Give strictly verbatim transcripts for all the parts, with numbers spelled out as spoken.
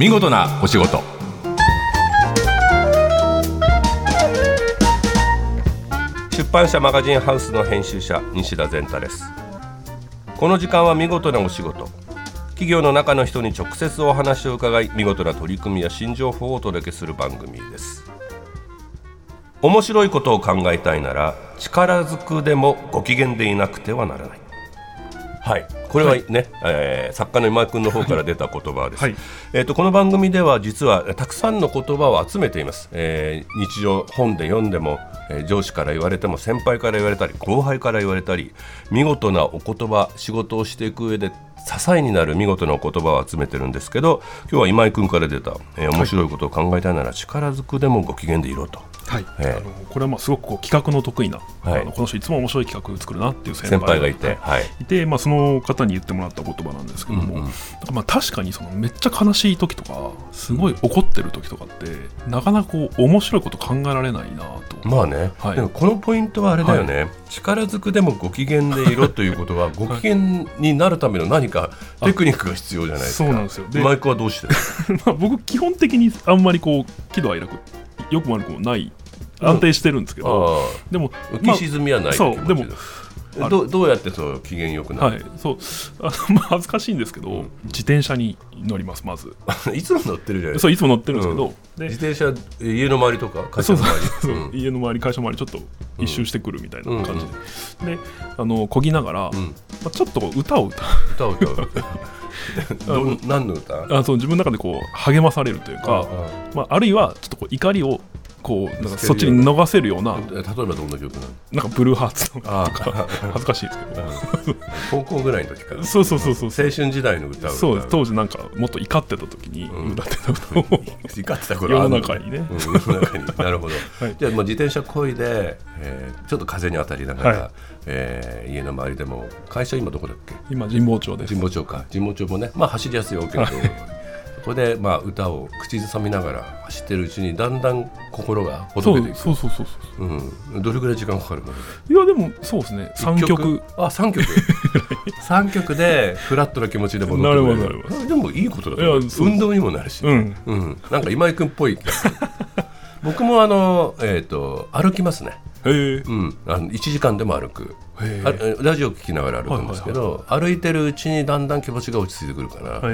見事なお仕事。出版社マガジンハウスの編集者西田善太です。この時間は見事なお仕事、企業の中の人に直接お話を伺い、見事な取り組みや新情報をお届けする番組です。面白いことを考えたいなら力ずくでもご機嫌でいなくてはならない。はい、これはね、はいえー、作家の今井君の方から出た言葉です、はいえー、とこの番組では実はたくさんの言葉を集めています、えー、日常本で読んでも、えー、上司から言われても先輩から言われたり後輩から言われたり、見事なお言葉、仕事をしていく上で支えになる見事なお言葉を集めてるんですけど、今日は今井君から出た、えー、面白いことを考えたいなら力ずくでもご機嫌でいろと。 はいえー、あのこれはまあすごくこう企画の得意な、はい、あのこの人いつも面白い企画を作るなっていう先輩 が, がいて、はい、 いてまあ、その方に言ってもらった言葉なんですけども、うんうんまあ、確かにそのめっちゃ悲しい時とかすごい怒ってる時とかって、うん、なかなかこう面白いこと考えられないなと。 まあね、はい、でもこのポイントはあれだよね、はい、力ずくでもご機嫌でいろということはご機嫌になるための何かテクニックが必要じゃないですか。 そうなんですよ。 マイクはどうしてまあ僕基本的にあんまりこう喜怒哀楽よくも悪くもない安定してるんですけど、うん、でも浮き沈みはない、まあ、 そうでもど, どうやってそう機嫌よくなる、 はい、そうあの、まあ、恥ずかしいんですけど、うん、自転車に乗ります。まずいつも乗ってるじゃないですか。 そういつも乗ってるんですけど、うん、で自転車家の周りとか会社の周りそうそうそう、うん、家の周り会社の周りちょっと一周してくるみたいな感じで、うんうん、であの漕ぎながら、うんまあ、ちょっと歌を歌う歌を歌うど何の歌あそう自分の中でこう励まされるというか、あ, あ,、まあ、あるいはちょっとこう怒りをこうなんかそっちに逃せるような、 例えばどんな曲なの？ なんかブルーハーツとか恥ずかしいですけど高校ぐらいの時からそうそうそうそう青春時代の歌を歌う。 そうです。当時なんかもっと怒ってた時に歌ってた歌を、うん、 怒ってた頃世の中にね、 うん、世の中になるほど、はい、じゃあもう自転車こいで、えー、ちょっと風に当たりながら、はいえー、家の周りでも会社今どこだっけ？ 今神保町です。 神保町か。神保町もね、まあ走りやすいわけど、はいそこでまあ歌を口ずさみながら走ってるうちにだんだん心がほどけていく。 そうそうそうそう、 うん、どれぐらい時間かかるの？ いやでもそうですね、さんきょくあさんきょくさんきょくでフラットな気持ちで戻ってくる。なるほどなるほど。でもいいことだと思う。運動にもなるし、うんうん、なんか今井君っぽい僕もあの、えーと、歩きますね。 へうん、あのいちじかんでも歩く。ラジオ聞きながら歩くんですけど、はいはいはい、歩いてるうちにだんだん気持ちが落ち着いてくるから、うん、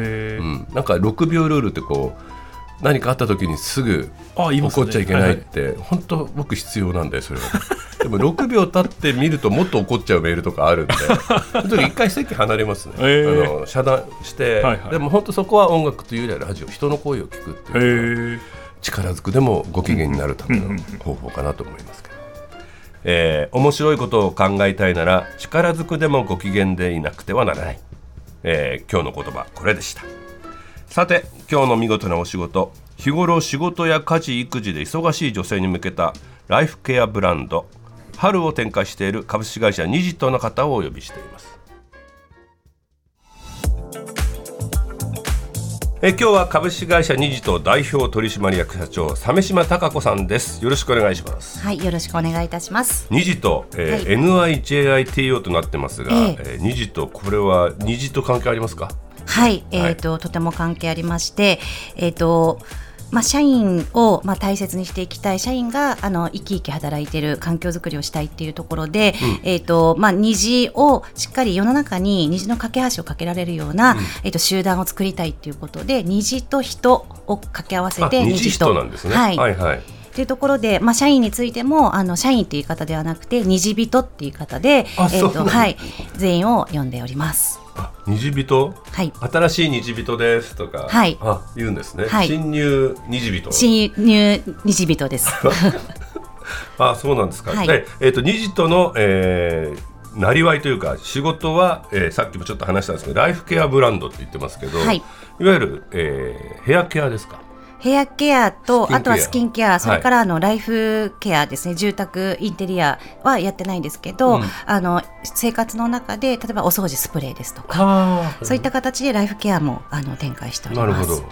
なんかろくびょうルールってこう何かあった時にすぐ怒っちゃいけないって、ねはいはい、本当僕必要なんだよそれはでもろくびょう経ってみるともっと怒っちゃうメールとかあるんでその時一回席離れますね、あの遮断して、はいはい、でも本当そこは音楽というよりはラジオ、人の声を聞くっていう力ずくでもご機嫌になるための方法かなと思いますけど、えー、面白いことを考えたいなら力ずくでもご機嫌でいなくてはならない、えー、今日の言葉これでした。さて今日の見事なお仕事、日頃仕事や家事育児で忙しい女性に向けたライフケアブランド春を展開している株式会社ニジトの方をお呼びしています。え今日は株式会社ニジト代表取締役社長鮫島貴子さんです。よろしくお願いします。 はい、よろしくお願いいたします。 ニジト、えーはい、エヌアイジェーアイティーオー となってますが、えーえー、ニジトこれはニジト関係ありますか？ はい、えーとはい、とても関係ありまして、えーとまあ、社員を、まあ、大切にしていきたい、社員があの生き生き働いている環境づくりをしたいっていうところで、うんえーとまあ、虹をしっかり世の中に虹の架け橋をかけられるような、うんえーと集団を作りたいっていうことで、虹と人を掛け合わせて虹人なんですね。はいはいはいというところで、まあ、社員についてもあの社員という言い方ではなくて虹人っていう言い方で、えーとはい、全員を呼んでおります。 あ、虹人、はい、新しい虹人ですとか、はい、あ言うんですね、はい、新入虹人新入虹人ですあそうなんですか、はいでえー、と虹人の、えー、なりわいというか仕事は、えー、さっきもちょっと話したんですけどライフケアブランドって言ってますけど、はい、いわゆる、えー、ヘアケアですか？ ヘアケアとあとはスキンケア、それからあのライフケアですね、住宅インテリアはやってないんですけど、うん、あの生活の中で例えばお掃除スプレーですとかそういった形でライフケアもあの展開しております。 なるほど。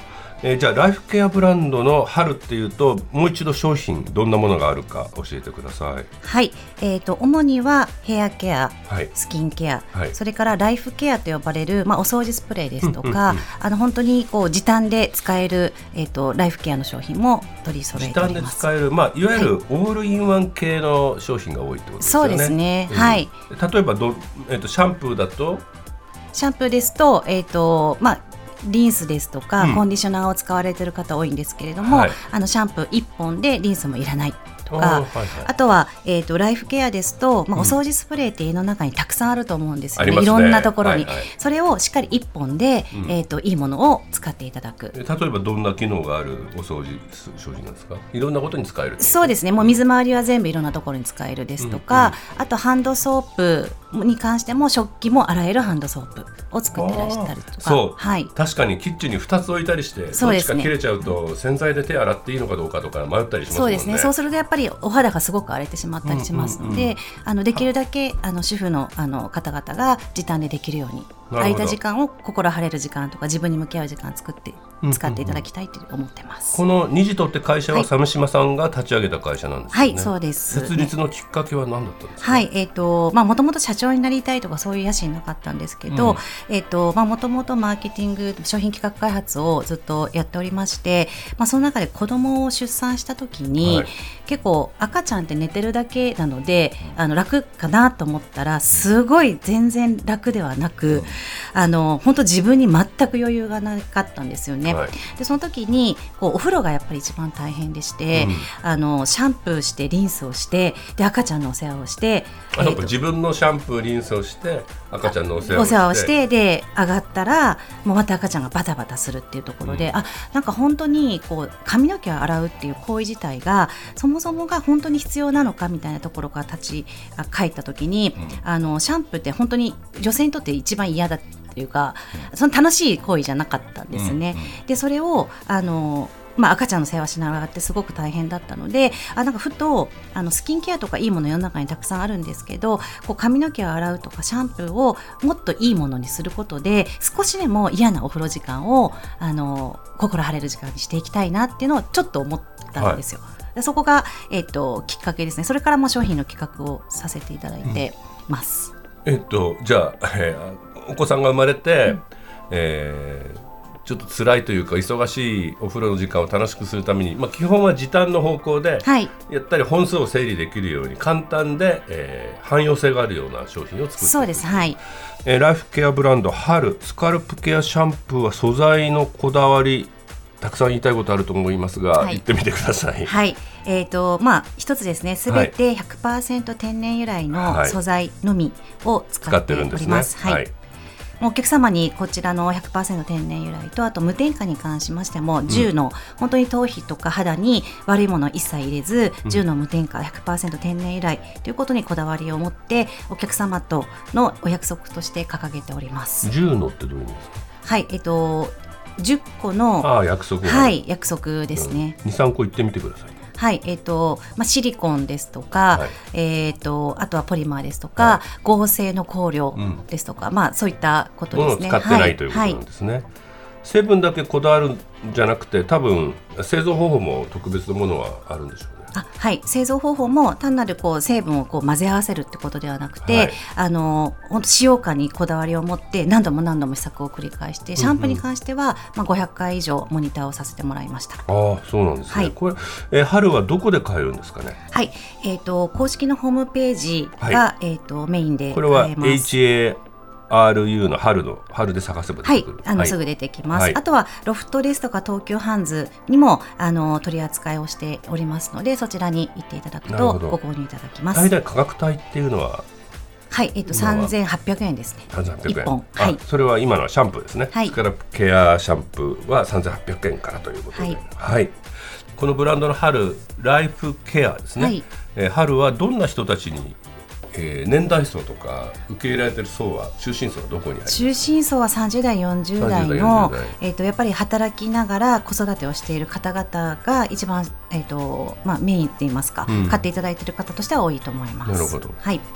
えー、じゃあライフケアブランドの春っていうともう一度商品どんなものがあるか教えてください。 はい、えー、と主にはヘアケア、 はい、 スキンケア、 はい、 それからライフケアと呼ばれる、まあ、お掃除スプレーですとか、うんうんうん、あの本当にこう時短で使える、えー、とライフケアの商品も取り揃えております。 時短で使える、まあ、いわゆるオールインワン系の商品が多いってことですよね。 そうですね、 うん、 はい。 例えばど、えー、とシャンプーだとシャンプーですと、えーとまあリンスですとか、 うん、 コンディショナーを使われている方多いんですけれども、はい、あのシャンプーいっぽんでリンスもいらないとか、あ、はいはい、あとは、えーと、ライフケアですと、まあ、お掃除スプレーって家の中にたくさんあると思うんですよね、うん、いろんなところに、はいはい、それをしっかりいっぽんで、うん、えーと、いいものを使っていただく。 例えばどんな機能があるお掃除商品なんですか？いろんなことに使える。 そうですね、もう水回りは全部いろんなところに使えるですとか、うんうん、あとハンドソープに関しても食器も洗えるハンドソープを作ってらしたりとか。 そう、 はい、 確かにキッチンにふたつ置いたりして、 そうですね、 どっちか切れちゃうと洗剤で手洗っていいのかどうかとか迷ったりしますもんね。 そうですね、そうするとやっぱりお肌がすごく荒れてしまったりしますので、うんうんうん、あのできるだけあの主婦の、あの方々が時短でできるように空いた時間を心晴れる時間とか自分に向き合う時間を作って使っていただきたいと思ってます、 うんうんうん、このニジトって会社は鮫島さんが立ち上げた会社なんですよね。 はい、そうです。 設立のきっかけは何だったんですか？ はい、えーとまあ、もともと社長になりたいとかそういう野心なかったんですけど、うん、えーとまあ、もともとマーケティング商品企画開発をずっとやっておりまして、まあ、その中で子供を出産した時に、はい、結構赤ちゃんって寝てるだけなのであの楽かなと思ったらすごい全然楽ではなく、うん、あの本当自分に全く余裕がなかったんですよね、はい、でその時にこうお風呂がやっぱり一番大変でして、うん、あのシャンプーしてリンスをしてで赤ちゃんのお世話をして、 あ、えー、自分のシャンプーリンスをして赤ちゃんのお世話をして、 お世話をしてで上がったらもうまた赤ちゃんがバタバタするっていうところで、うん、あなんか本当にこう髪の毛を洗うっていう行為自体がそもそもが本当に必要なのかみたいなところから立ち返った時に、うん、あのシャンプーって本当に女性にとって一番嫌だっていうか、うん、その楽しい行為じゃなかったんですね、うんうん、でそれをあのまあ、赤ちゃんの世話しながらってすごく大変だったので、あなんかふとあのスキンケアとかいいもの世の中にたくさんあるんですけど、こう髪の毛を洗うとかシャンプーをもっといいものにすることで少しでも嫌なお風呂時間をあの心晴れる時間にしていきたいなっていうのをちょっと思ったんですよ、はい、でそこが、えーと、きっかけですね。それからも商品の企画をさせていただいてます、 うん、えっとじゃあ、えー、お子さんが生まれて、うんえーちょっと辛いというか忙しいお風呂の時間を楽しくするために、まあ、基本は時短の方向で、はい、やったり本数を整理できるように簡単で、えー、汎用性があるような商品を作っている。 そうです、はい。 えー、ライフケアブランド春スカルプケアシャンプーは素材のこだわりたくさん言いたいことあると思いますが、はい、言ってみてください。 はい、えーとまあ、一つですね、すべて ひゃくパーセント 天然由来の素材のみを使っております。はい、はいお客様にこちらの ひゃくパーセント 天然由来とあと無添加に関しましても、うん、じゅうの本当に頭皮とか肌に悪いものを一切入れず、うん、じゅうの無添加 ひゃくパーセント 天然由来ということにこだわりを持ってお客様とのお約束として掲げております。 じゅうのってどういう意味ですか？ はい、えっとじゅっこのあ約束、 はい、約束ですね、 うん、にさんこ言ってみてください。 はいえーとまあ、シリコンですとか、はいえー、とあとはポリマーですとか、はい、合成の香料ですとか、うんまあ、そういったことですね。 ものを使ってない、はい、ということなんですね、はい、成分だけこだわるんじゃなくて多分製造方法も特別なものはあるんでしょうね。 あはい、製造方法も単なるこう成分をこう混ぜ合わせるってことではなくて、はい、あの本当使用感にこだわりを持って何度も何度も試作を繰り返してシャンプーに関しては、まあ、ごひゃっかい以上モニターをさせてもらいました。 ああそうなんですね、はい、これ、えー、春はどこで買えるんですかね。 はい、えー、と公式のホームページが、はいえー、とメインで買えます。 これは エイチエーアールユー の春の春で探せば出てくる。 はい、あの、はい、すぐ出てきます、はい、あとはロフトですとか東急ハンズにもあの取り扱いをしておりますのでそちらに行っていただくとご購入いただきます。 大体価格帯っていうのははい、えー、とさんぜんはっぴゃくえんですね。 さんぜんはっぴゃくえんいっぽん、 はい、それは今のはシャンプーですね、はい、スカルプケアシャンプーはさんぜんはっぴゃくえんからということで、はいはい、このブランドの春ライフケアですね、はいえー、春はどんな人たちにえー、年代層とか受け入れられている層は中心層はどこにありますか？中心層はさんじゅう代よんじゅう代のえー、とやっぱり働きながら子育てをしている方々が一番、えーとまあ、メインといいますか、うん、買っていただいている方としては多いと思います。 なるほど、 はい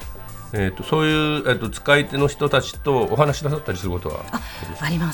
えー、とそういう、えー、と使い手の人たちとお話しなさったりすることはあ, あります、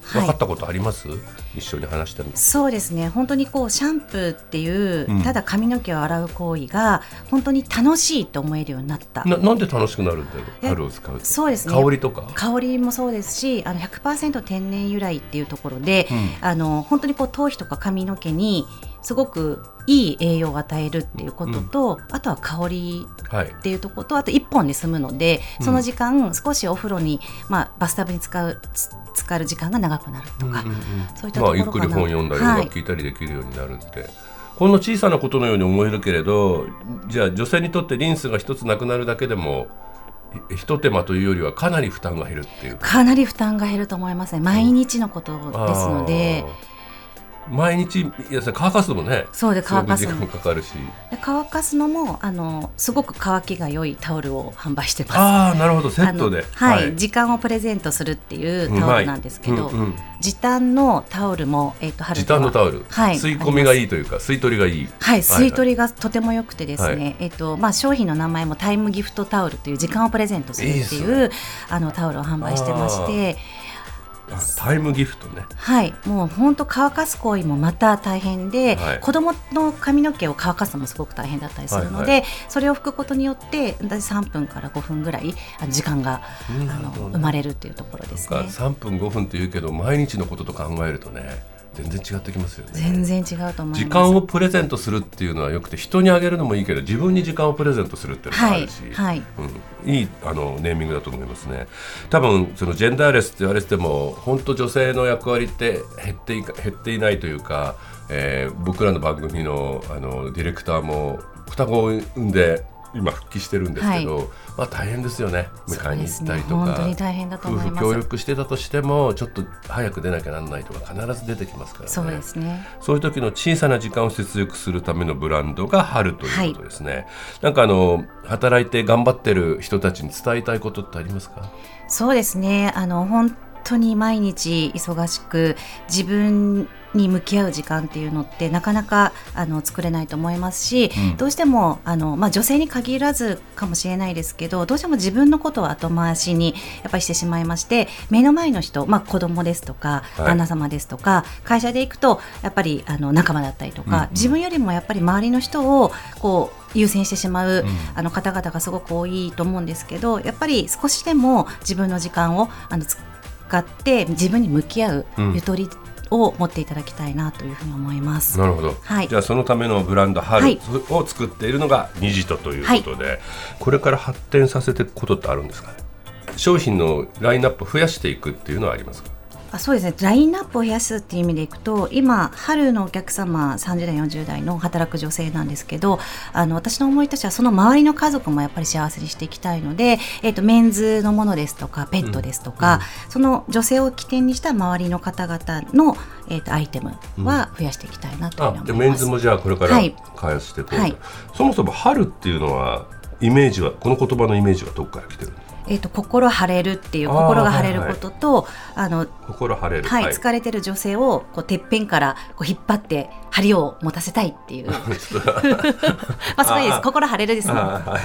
うんうん、分かったことあります、はい、一緒に話してみて。 そうですね、本当にこうシャンプーっていう、うん、ただ髪の毛を洗う行為が本当に楽しいと思えるようになった。 な, なんで楽しくなるんだろう、春を使うと。 そうですね、 香りとか香りもそうですし、あの ひゃくパーセント 天然由来っていうところで、うん、あの本当にこう頭皮とか髪の毛にすごくいい栄養を与えるっていうことと、うん、あとは香りっていうところと、はい、あといっぽんで済むので、その時間、うん、少しお風呂に、まあ、バスタブに使う浸かる時間が長くなるとか、うんうんうん、そういったところかな、まあ、ゆっくり本読んだり音楽聴いたりできるようになるって、はい、この小さなことのように思えるけれど、じゃあ女性にとってリンスが一つなくなるだけでも一手間というよりはかなり負担が減るっていうか。 かなり負担が減ると思いますね。毎日のことですので、 うん、毎日いや乾かすのもね、 そうで乾かすのも時間かかるし、 で乾かすのもあのすごく乾きが良いタオルを販売してます。 ああ、なるほど、セットで、 はい、はい、時間をプレゼントするっていうタオルなんですけど、うんうん、時短のタオルも、えー、と春時短のタオル、はい、吸い込みがいいというか吸い取りがいい、 はい、吸い取りがとても良くてですね、はいはい、えーとまあ、商品の名前もタイムギフトタオルという時間をプレゼントするっていう、いいあのタオルを販売してまして、 タイムギフトね、 はい、もう本当乾かす行為もまた大変で、はい、子供の髪の毛を乾かすのもすごく大変だったりするので、はいはい、それを拭くことによってさんぷんからごふんぐらい時間が、うん、あの生まれるというところですね。 さんぷんごふんっていうけど毎日のことと考えるとね、全然違ってきますよね。 全然違うと思います。 時間をプレゼントするっていうのはよくて、人にあげるのもいいけど自分に時間をプレゼントするっていうのもあるし、はいはい、うん、いいあのネーミングだと思いますね。多分そのジェンダーレスって言われても本当女性の役割って減っていか減っていないというか、えー、僕らの番組 の, あのディレクターも双子を産んで今復帰してるんですけど、はい、まあ、大変ですよね。迎えに行ったりとか、 本当に大変だと思います。 夫婦協力してたとしてもちょっと早く出なきゃならないとか必ず出てきますからね。 そうですね。 そういう時の小さな時間を節約するためのブランドが春ということですね、はい、なんかあの働いて頑張ってる人たちに伝えたいことってありますか？ そうですね、あの本当に毎日忙しく自分に向き合う時間っていうのってなかなかあの作れないと思いますし、うん、どうしてもあの、まあ、女性に限らずかもしれないですけど、どうしても自分のことを後回しにやっぱりしてしまいまして、目の前の人、まあ、子供ですとか、はい、旦那様ですとか、会社で行くとやっぱりあの仲間だったりとか、うんうん、自分よりもやっぱり周りの人をこう優先してしまう、うん、あの方々がすごく多いと思うんですけど、やっぱり少しでも自分の時間をあの使って自分に向き合うゆとり、うんを持っていただきたいなというふうに思います。 なるほど、はい、じゃあそのためのブランド春を作っているのがニジトということで、はい、これから発展させていくことってあるんですかね？商品のラインナップを増やしていくっていうのはありますか？ あ、そうですね、ラインナップを増やすっていう意味でいくと、今春のお客様さんじゅうだいよんじゅうだいの働く女性なんですけど、あの私の思いとしてはその周りの家族もやっぱり幸せにしていきたいので、えーと、メンズのものですとかペットですとか、うんうん、その女性を起点にした周りの方々の、えーと、アイテムは増やしていきたいなというふうに思います。 あ、でメンズもじゃあこれから開発していこうと、はいはい、そもそも春っていうのはイメージは、この言葉のイメージはどこから来てるんですか？ えー、と心晴れるっていう、心が晴れることと、はいはい、あの心晴れる、 はいはい、疲れてる女性をこうてっぺんからこう引っ張って張りを持たせたいっていうまあそれいいです、心晴れるですね。あ、はい、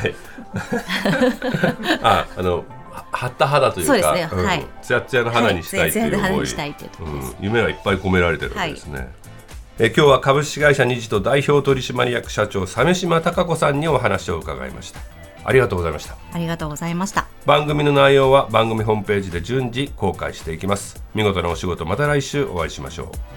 ああの張った肌というか、そうですね、うん、はい、ツヤツヤの肌にしたいっていう思い、 はい、したいっていうところです、うん、 夢はいっぱい込められてるわけですね、はい。え今日は株式会社ニジト代表取締役社長鮫島貴子さんにお話を伺いました。ありがとうございました。 ありがとうございました。 番組の内容は番組ホームページで順次公開していきます。見事なお仕事、また来週お会いしましょう。